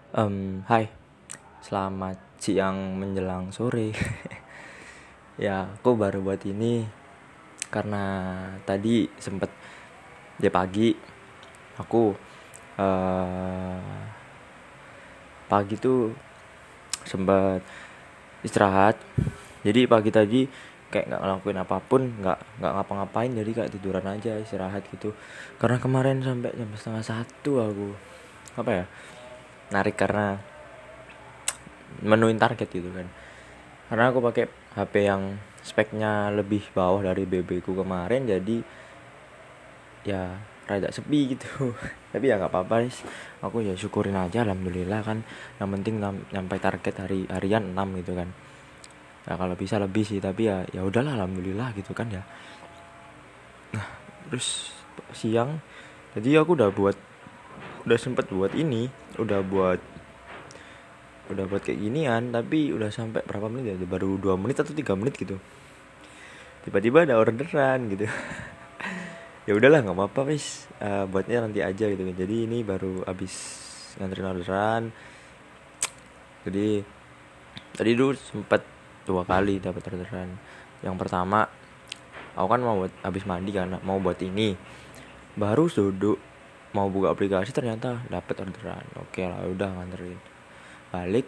Hai, selamat siang menjelang sore. Ya, aku baru buat ini karena tadi sempet di pagi aku eh, pagi tuh sempet istirahat. Jadi pagi tadi kayak nggak ngelakuin apapun, nggak ngapa-ngapain, jadi kayak tiduran aja istirahat gitu. Karena kemarin sampai jam setengah satu aku apa ya narik karena menuin target gitu kan. Karena aku pakai HP yang speknya lebih bawah dari BB ku kemarin, jadi ya rada sepi gitu. Tapi ya nggak apa-apa guys, aku ya syukurin aja, alhamdulillah kan. Yang penting nyampe target harian 6 gitu kan. Ya kalau bisa lebih sih, tapi ya udahlah, alhamdulillah gitu kan ya. Terus siang jadi aku udah sempet buat ini, udah buat kayak ginian, tapi udah sampai berapa menit ya, baru 2 menit atau 3 menit gitu, tiba-tiba ada orderan gitu. Ya udahlah, nggak apa-apa wis. Buatnya nanti aja gitu kan. Jadi ini baru abis nganterin orderan. Jadi tadi dulu sempet 2 kali dapat orderan. Yang pertama, aku kan mau buat abis mandi kan, mau buat ini, baru duduk mau buka aplikasi ternyata dapat orderan. Oke lah, udah nganterin balik.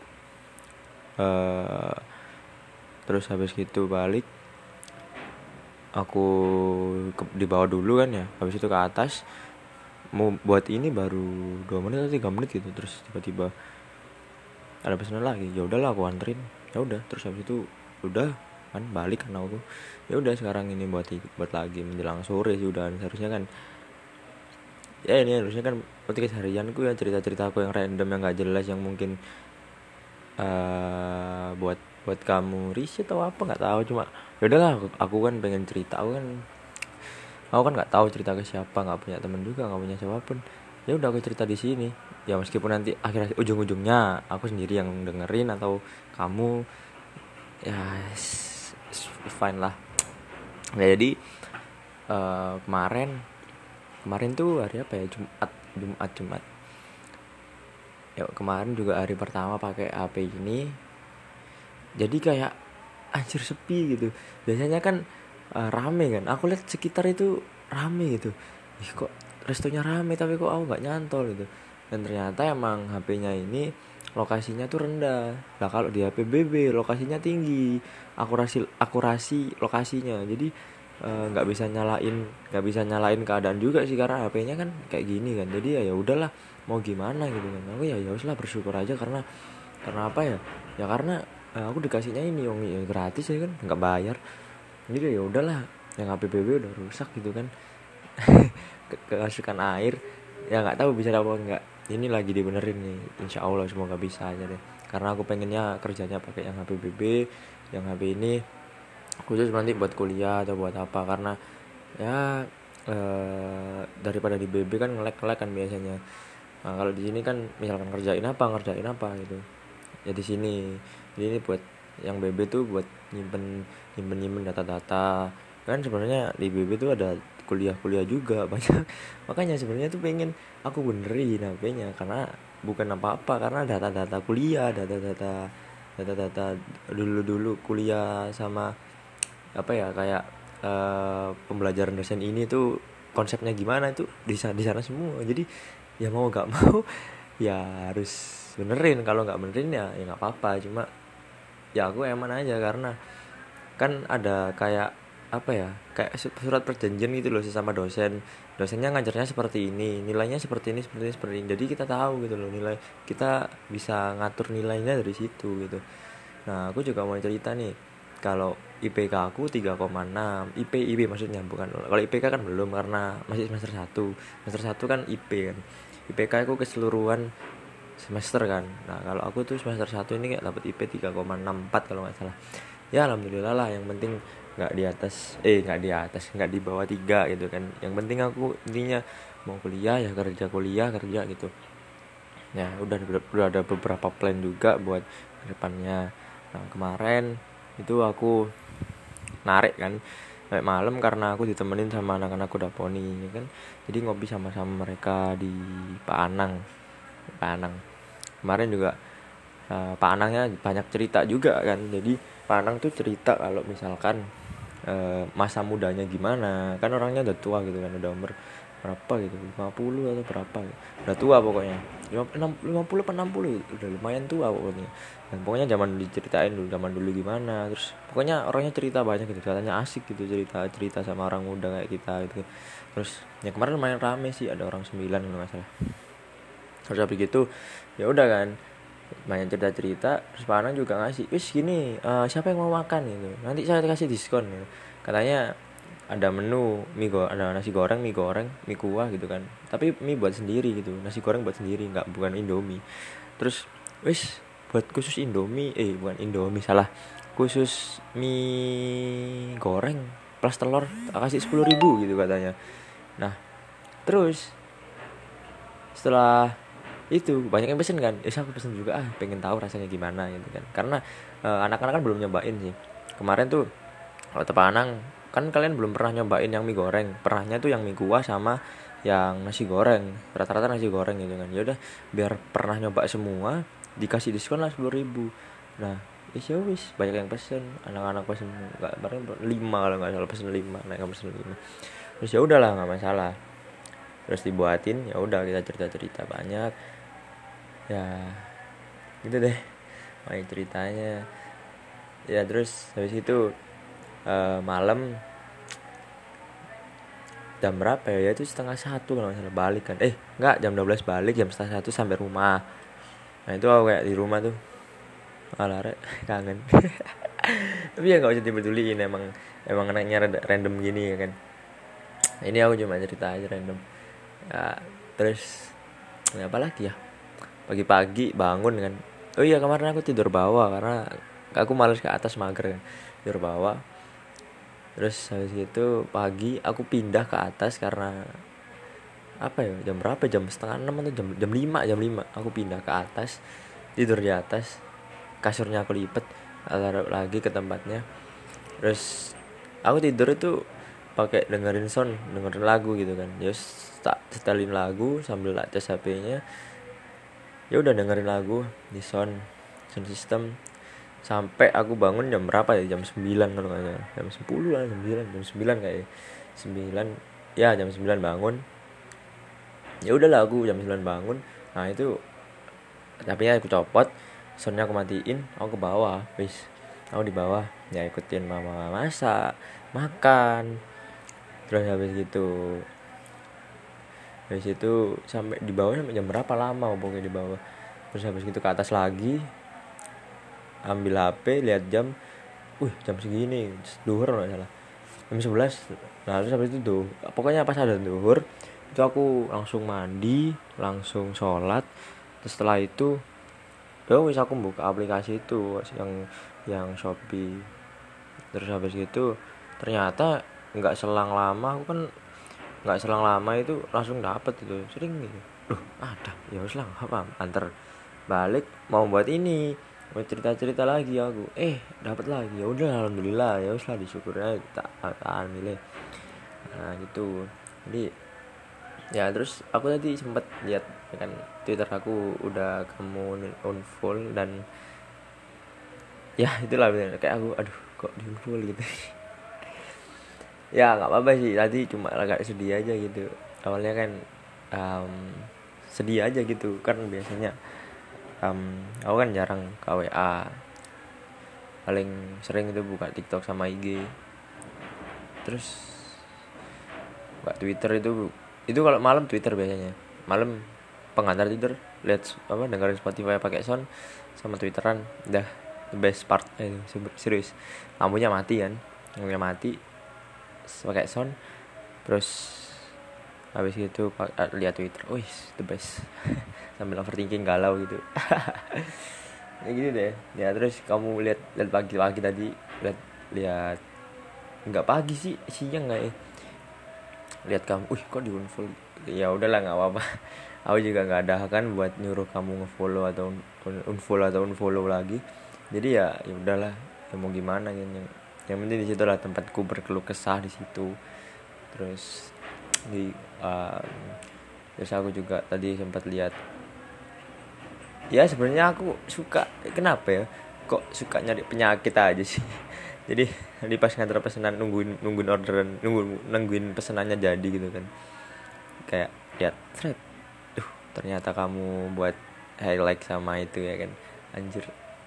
eh Terus habis gitu balik, aku di bawah dulu kan ya, habis itu ke atas mau buat ini baru 2 menit atau 3 menit gitu. Terus tiba-tiba ada pesanan lagi, ya udahlah aku anterin. Ya udah, terus habis itu udah kan balik karena aku, ya udah sekarang ini buat lagi menjelang sore sih udah. Seharusnya kan ya ini harusnya kan podcast harianku ya, cerita-cerita aku yang random yang gak jelas, yang mungkin buat kamu riset atau apa nggak tahu. Cuma ya udahlah, aku kan pengen cerita. Aku kan nggak tahu cerita ke siapa, nggak punya temen juga, nggak punya siapapun. Ya udah, aku cerita di sini. Ya meskipun nanti akhir ujung-ujungnya aku sendiri yang dengerin atau kamu, ya fine lah. Nah, jadi kemarin tuh hari apa ya, Jumat. Ya kemarin juga hari pertama pakai HP ini, jadi kayak anjir sepi gitu. Biasanya kan rame kan, aku lihat sekitar itu rame gitu. Ih, kok restonya rame tapi kok aku nggak nyantol gitu. Dan ternyata emang HP-nya ini lokasinya tuh rendah. Nah kalau di HP BB lokasinya tinggi, akurasi lokasinya. Jadi nggak bisa nyalain keadaan juga sih, karena HP-nya kan kayak gini kan. Jadi ya udahlah, mau gimana gitu kan. Aku ya wis lah, bersyukur aja. Karena apa ya, ya karena aku dikasihnya ini yang ya gratis ya kan, nggak bayar. Jadi ya udahlah, yang HPBB udah rusak gitu kan. Kemasukan air, ya nggak tahu bisa apa enggak. Ini lagi dibenerin nih, insya Allah semoga bisa aja deh. Karena aku pengennya kerjanya pakai yang HPBB, yang HP ini khusus nanti buat kuliah atau buat apa. Karena ya daripada di BB kan ngelek kan biasanya. Nah, kalau di sini kan misalkan ngerjain apa gitu, ya di sini. Jadi ini buat yang BB tuh buat nyimpen data-data. Kan sebenarnya di BB tuh ada kuliah-kuliah juga banyak. Makanya sebenarnya tuh pengen aku benerin HP-nya, karena bukan apa-apa, karena data-data kuliah, data-data dulu kuliah, sama apa ya, kayak pembelajaran dosen ini tuh konsepnya gimana itu di sana semua. Jadi ya mau gak mau ya harus benerin. Kalau nggak benerin ya nggak apa-apa. Cuma ya aku eman aja, karena kan ada kayak apa ya, kayak surat perjanjian gitu loh sesama dosennya ngajarnya seperti ini, nilainya seperti ini. Jadi kita tahu gitu loh nilai, kita bisa ngatur nilainya dari situ gitu. Nah aku juga mau cerita nih, kalau IPK aku 3,6. IP maksudnya, bukan kalau IPK kan belum, karena masih semester 1 kan IP kan. IPK aku keseluruhan semester kan. Nah kalau aku tuh semester 1 ini kayak dapat IP 3,64 kalau nggak salah. Ya alhamdulillah lah, yang penting nggak di bawah 3 gitu kan. Yang penting aku intinya mau kuliah ya kerja gitu. Ya udah ada beberapa plan juga buat kedepannya. Nah kemarin itu aku narik kan sampai malam, karena aku ditemenin sama anak-anak kuda poni ya kan. Jadi ngopi sama-sama mereka di Pak Anang. kemarin juga Pak Anangnya banyak cerita juga kan. Jadi Pak Anang tuh cerita kalau misalkan masa mudanya gimana, kan orangnya udah tua gitu kan, udah umur berapa gitu, 50 atau berapa gitu. Udah tua pokoknya, 50 atau 60 udah lumayan tua pokoknya. Dan pokoknya zaman diceritain dulu, zaman dulu gimana, terus pokoknya orangnya cerita banyak gitu, katanya asik gitu, cerita sama orang muda kayak kita gitu. Terus ya kemarin lumayan rame sih, ada orang 9 kalau nggak salah. Terus habis gitu ya udah kan, banyak cerita-cerita. Terus Pak Anang juga ngasih, wis gini, siapa yang mau makan gitu, nanti saya kasih diskon gitu. Katanya ada menu ada nasi goreng, mie goreng, mie kuah gitu kan, tapi mie buat sendiri gitu, nasi goreng buat sendiri, bukan Indomie. Terus wis buat khusus Indomie, bukan Indomie, salah, khusus mie goreng plus telur kasih 10.000 gitu katanya. Nah terus setelah itu banyak yang pesen kan, aku pesen juga, pengen tahu rasanya gimana gitu kan, karena anak-anak kan belum nyobain sih kemarin tuh. Kalau Pak Anang, kan kalian belum pernah nyobain yang mie goreng, pernahnya tuh yang mie kuah sama yang nasi goreng, rata-rata nasi goreng gitu kan. Ya udah, biar pernah nyoba semua dikasih diskon lah 10.000. Nah ya wis banyak yang pesen, anak-anak pesen nggak bareng 5 kalau nggak salah, pesen 5, naik pesen 5. Terus ya udahlah, nggak masalah, terus dibuatin. Ya udah, kita cerita banyak ya gitu deh main ceritanya ya. Terus habis itu malam jam berapa ya, itu 12:30 kalau nggak salah balik kan, nggak, jam 12 balik, jam 12:30 sampai rumah. Nah itu aku kayak di rumah tuh alah kangen. Tapi ya nggak usah dipeduliin, emang anaknya random gini ya kan. Ini aku cuma cerita aja random ya. Terus apa lagi ya, pagi-pagi bangun kan, oh iya kemarin aku tidur bawah karena aku males ke atas, mager kan, tidur bawah. Terus habis itu pagi aku pindah ke atas karena apa ya, jam berapa, jam 5:30 atau jam 5 aku pindah ke atas, tidur di atas, kasurnya aku lipat, taruh lagi ke tempatnya. Terus aku tidur itu pakai dengerin lagu gitu kan. Ya tak setelin lagu sambil cas HP-nya. Ya udah dengerin lagu di sound system sampai aku bangun jam berapa ya, jam 9 kalau nggak salah, jam 10 lah, jam 9 kayak 9 ya, jam 9 bangun. Ya udahlah, aku jam 9 bangun. Nah itu HP-nya aku copot, soundnya aku matiin, aku ke bawah, wis aku di bawah ya, ikutin mama masak, makan. Terus habis itu sampai di bawah sampai jam berapa, lama pokoknya di bawah. Terus habis itu ke atas lagi, ambil HP, lihat jam, jam segini, duhur nggak salah, jam 11. Nah terus habis itu tuh pokoknya pas ada duhur itu aku langsung mandi, langsung sholat. Terus setelah itu wis aku buka aplikasi itu yang Shopee. Terus habis itu ternyata nggak selang lama itu langsung dapet itu, sering gitu. Ada ya wis lah, apa antar balik mau buat ini, mau cerita lagi aku, dapat lagi. Ya udah alhamdulillah, ya wis lah, disyukurnya tak milih. Nah gitu. Jadi ya terus aku tadi sempat lihat kan Twitter aku udah kamu unfollow, dan ya itulah bener, kayak aku aduh kok di unfollow gitu. Ya nggak apa-apa sih, tadi cuma agak sedih aja gitu. Awalnya kan sedih aja gitu kan, biasanya aku kan jarang ke WA, paling sering itu buka TikTok sama IG. Terus buka Twitter itu kalau malam Twitter biasanya, malam pengantar tidur, lihat dengerin Spotify pakai sound sama Twitteran, udah the best part. Serius, lampunya mati pakai sound, terus habis itu lihat Twitter, the best. Sambil overthinking galau gitu. Ya gitu deh ya. Terus kamu lihat pagi-pagi tadi, lihat nggak pagi sih, siang nggak ya, lihat kamu kok di unfollow. Ya udahlah, nggak apa-apa. Aku juga nggak ada kan buat nyuruh kamu ngefollow atau unfollow lagi. Jadi ya udahlah, ya mau gimana gitu. Yang penting di situ lah tempatku berkeluh kesah, di situ. Terus terus aku juga tadi sempat lihat ya sebenarnya aku suka, kenapa ya kok suka nyari penyakit aja sih. Jadi di pas nganter pesanan nungguin orderan, nungguin pesanannya jadi gitu kan, kayak lihat thread, ternyata kamu buat highlight sama itu ya kan, anjir.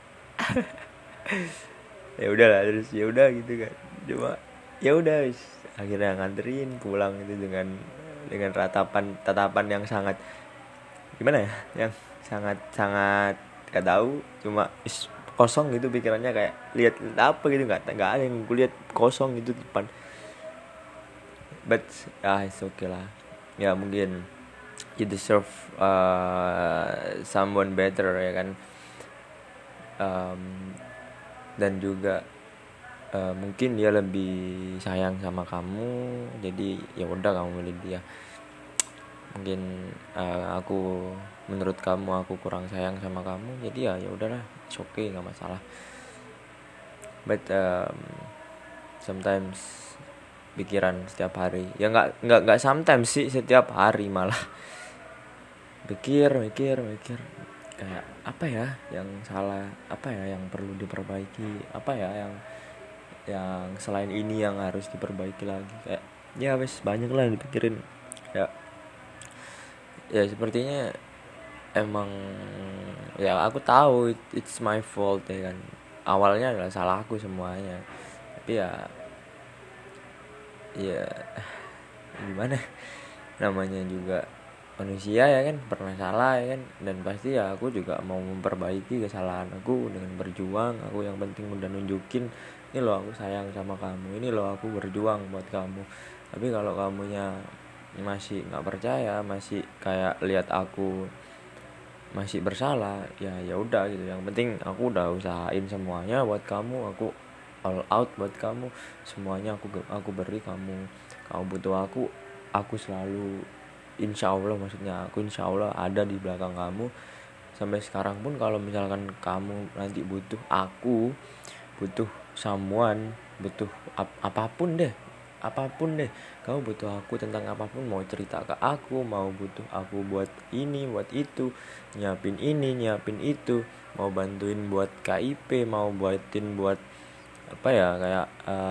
Ya udahlah, terus ya udah gitu kan, cuma ya udah akhirnya nganterin pulang itu dengan tatapan yang sangat gimana ya, yang sangat sangat gak tahu, cuma kosong gitu pikirannya, kayak lihat apa gitu, nggak ada yang kulihat, kosong gitu depan. But it's okay lah ya, mungkin you deserve someone better ya kan. Dan juga mungkin dia lebih sayang sama kamu, jadi ya udah kamu milih dia. Mungkin menurut kamu aku kurang sayang sama kamu, jadi ya udahlah, it's okay, nggak masalah. But sometimes pikiran setiap hari, ya nggak sometimes sih, setiap hari malah mikir kayak apa ya yang salah, apa ya yang perlu diperbaiki, apa ya yang selain ini yang harus diperbaiki lagi, kayak ya wes banyak lah dipikirin. Ya sepertinya emang ya aku tahu it's my fault ya kan, awalnya adalah salahku semuanya, tapi ya gimana, namanya juga manusia ya kan, pernah salah ya kan, dan pasti ya aku juga mau memperbaiki kesalahan aku dengan berjuang. Aku yang penting udah nunjukin, ini loh aku sayang sama kamu, ini loh aku berjuang buat kamu. Tapi kalau kamunya masih nggak percaya, masih kayak lihat aku masih bersalah, ya udah gitu. Yang penting aku udah usahain semuanya buat kamu, aku all out buat kamu, semuanya aku beri kamu. Kamu butuh aku selalu, insya Allah ada di belakang kamu. Sampai sekarang pun kalau misalkan kamu nanti butuh aku, butuh someone, butuh apapun deh, kamu butuh aku tentang apapun, mau cerita ke aku, mau butuh aku buat ini buat itu, nyiapin ini nyiapin itu, mau bantuin buat KIP, mau buatin buat apa ya, kayak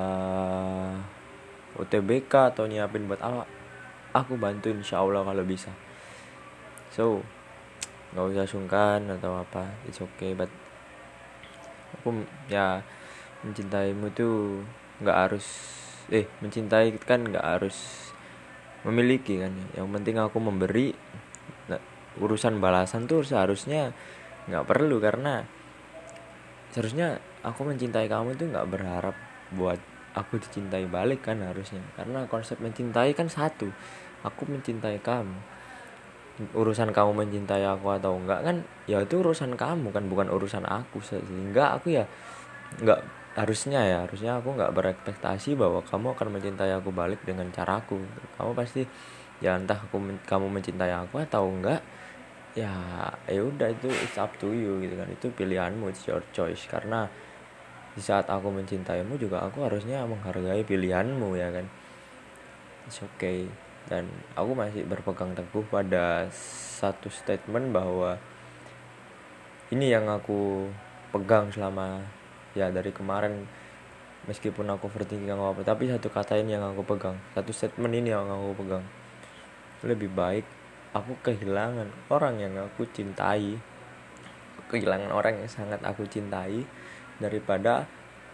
UTBK atau nyiapin buat apa, aku bantuin insyaallah kalau bisa. So nggak usah sungkan atau apa, it's okay. But aku ya mencintaimu tuh nggak harus mencintai kan nggak harus memiliki kan, yang penting aku memberi. Nah, urusan balasan tuh seharusnya nggak perlu, karena seharusnya aku mencintai kamu itu nggak berharap buat aku dicintai balik kan harusnya, karena konsep mencintai kan satu, aku mencintai kamu. Urusan kamu mencintai aku atau enggak kan ya itu urusan kamu kan, bukan urusan aku. Sehingga aku ya nggak harusnya aku nggak berekspektasi bahwa kamu akan mencintai aku balik dengan caraku. Kamu pasti ya entah kamu mencintai aku atau enggak, ya udah, itu it's up to you gitu kan, itu pilihanmu, it's your choice. Karena di saat aku mencintaimu juga aku harusnya menghargai pilihanmu ya kan, it's okay. Dan aku masih berpegang teguh pada satu statement bahwa ini yang aku pegang selama ya dari kemarin, meskipun aku overthinking apa, tapi satu kata ini yang aku pegang, satu statement ini yang aku pegang. Lebih baik aku kehilangan orang yang aku cintai, kehilangan orang yang sangat aku cintai, daripada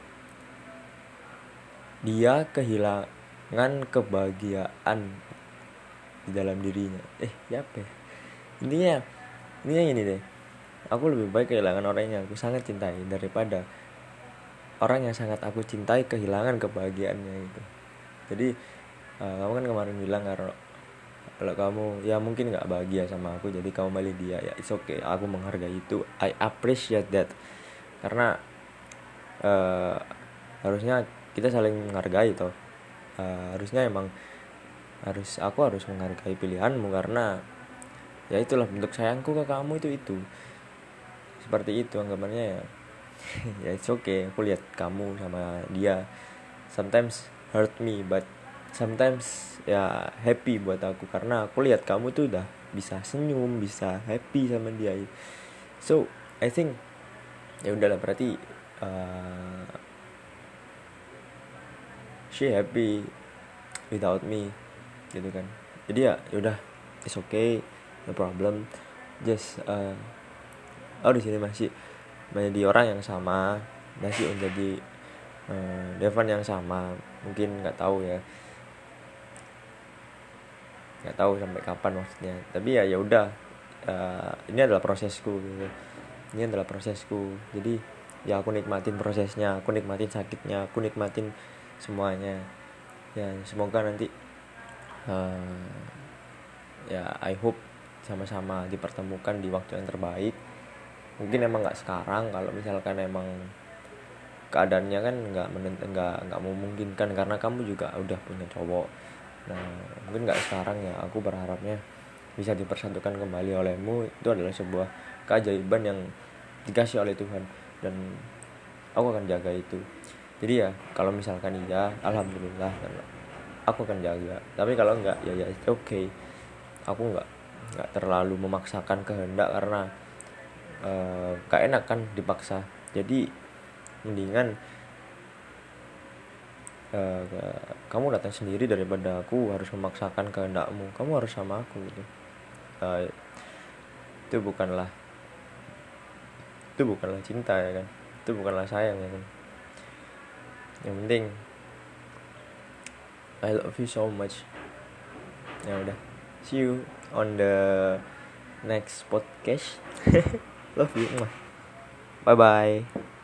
dia kehilangan kebahagiaan di dalam dirinya. Siapa ya? Intinya ini deh, aku lebih baik kehilangan orang yang aku sangat cintai daripada orang yang sangat aku cintai kehilangan kebahagiaannya gitu. Jadi kamu kan kemarin bilang kalau kamu ya mungkin nggak bahagia sama aku, jadi kamu milih dia, ya it's okay, aku menghargai itu, I appreciate that. Karena harusnya kita saling menghargai toh. Harusnya emang aku harus menghargai pilihanmu, karena ya itulah bentuk sayangku ke kamu, itu seperti itu anggapannya ya. Ya it's okay, aku lihat kamu sama dia sometimes hurt me, but sometimes ya happy buat aku, karena aku lihat kamu tuh udah bisa senyum, bisa happy sama dia. So I think ya udahlah, berarti she happy without me gitu kan. Jadi ya udah, it's okay, no problem. Just di sini masih menjadi orang yang sama, masih menjadi Devan yang sama. Mungkin nggak tahu sampai kapan maksudnya. Tapi ya udah, ini adalah prosesku gitu. Jadi ya aku nikmatin prosesnya, aku nikmatin sakitnya, aku nikmatin semuanya. Ya semoga nanti ya I hope sama-sama dipertemukan di waktu yang terbaik. Mungkin emang nggak sekarang, kalau misalkan emang keadaannya kan nggak memungkinkan karena kamu juga udah punya cowok. Nah mungkin nggak sekarang ya, aku berharapnya bisa dipersatukan kembali olehmu. Itu adalah sebuah keajaiban yang dikasih oleh Tuhan, dan aku akan jaga itu. Jadi ya kalau misalkan iya, alhamdulillah, aku akan jaga. Tapi kalau enggak ya it's okay. Aku enggak terlalu memaksakan kehendak karena gak enak kan dipaksa. Jadi mendingan kamu datang sendiri daripada aku harus memaksakan kehendakmu. Kamu harus sama aku gitu. Itu bukanlah cinta ya kan. Itu bukanlah sayang ya kan. Yang penting I love you so much. Ya udah, see you on the next podcast. Love you. Bye bye.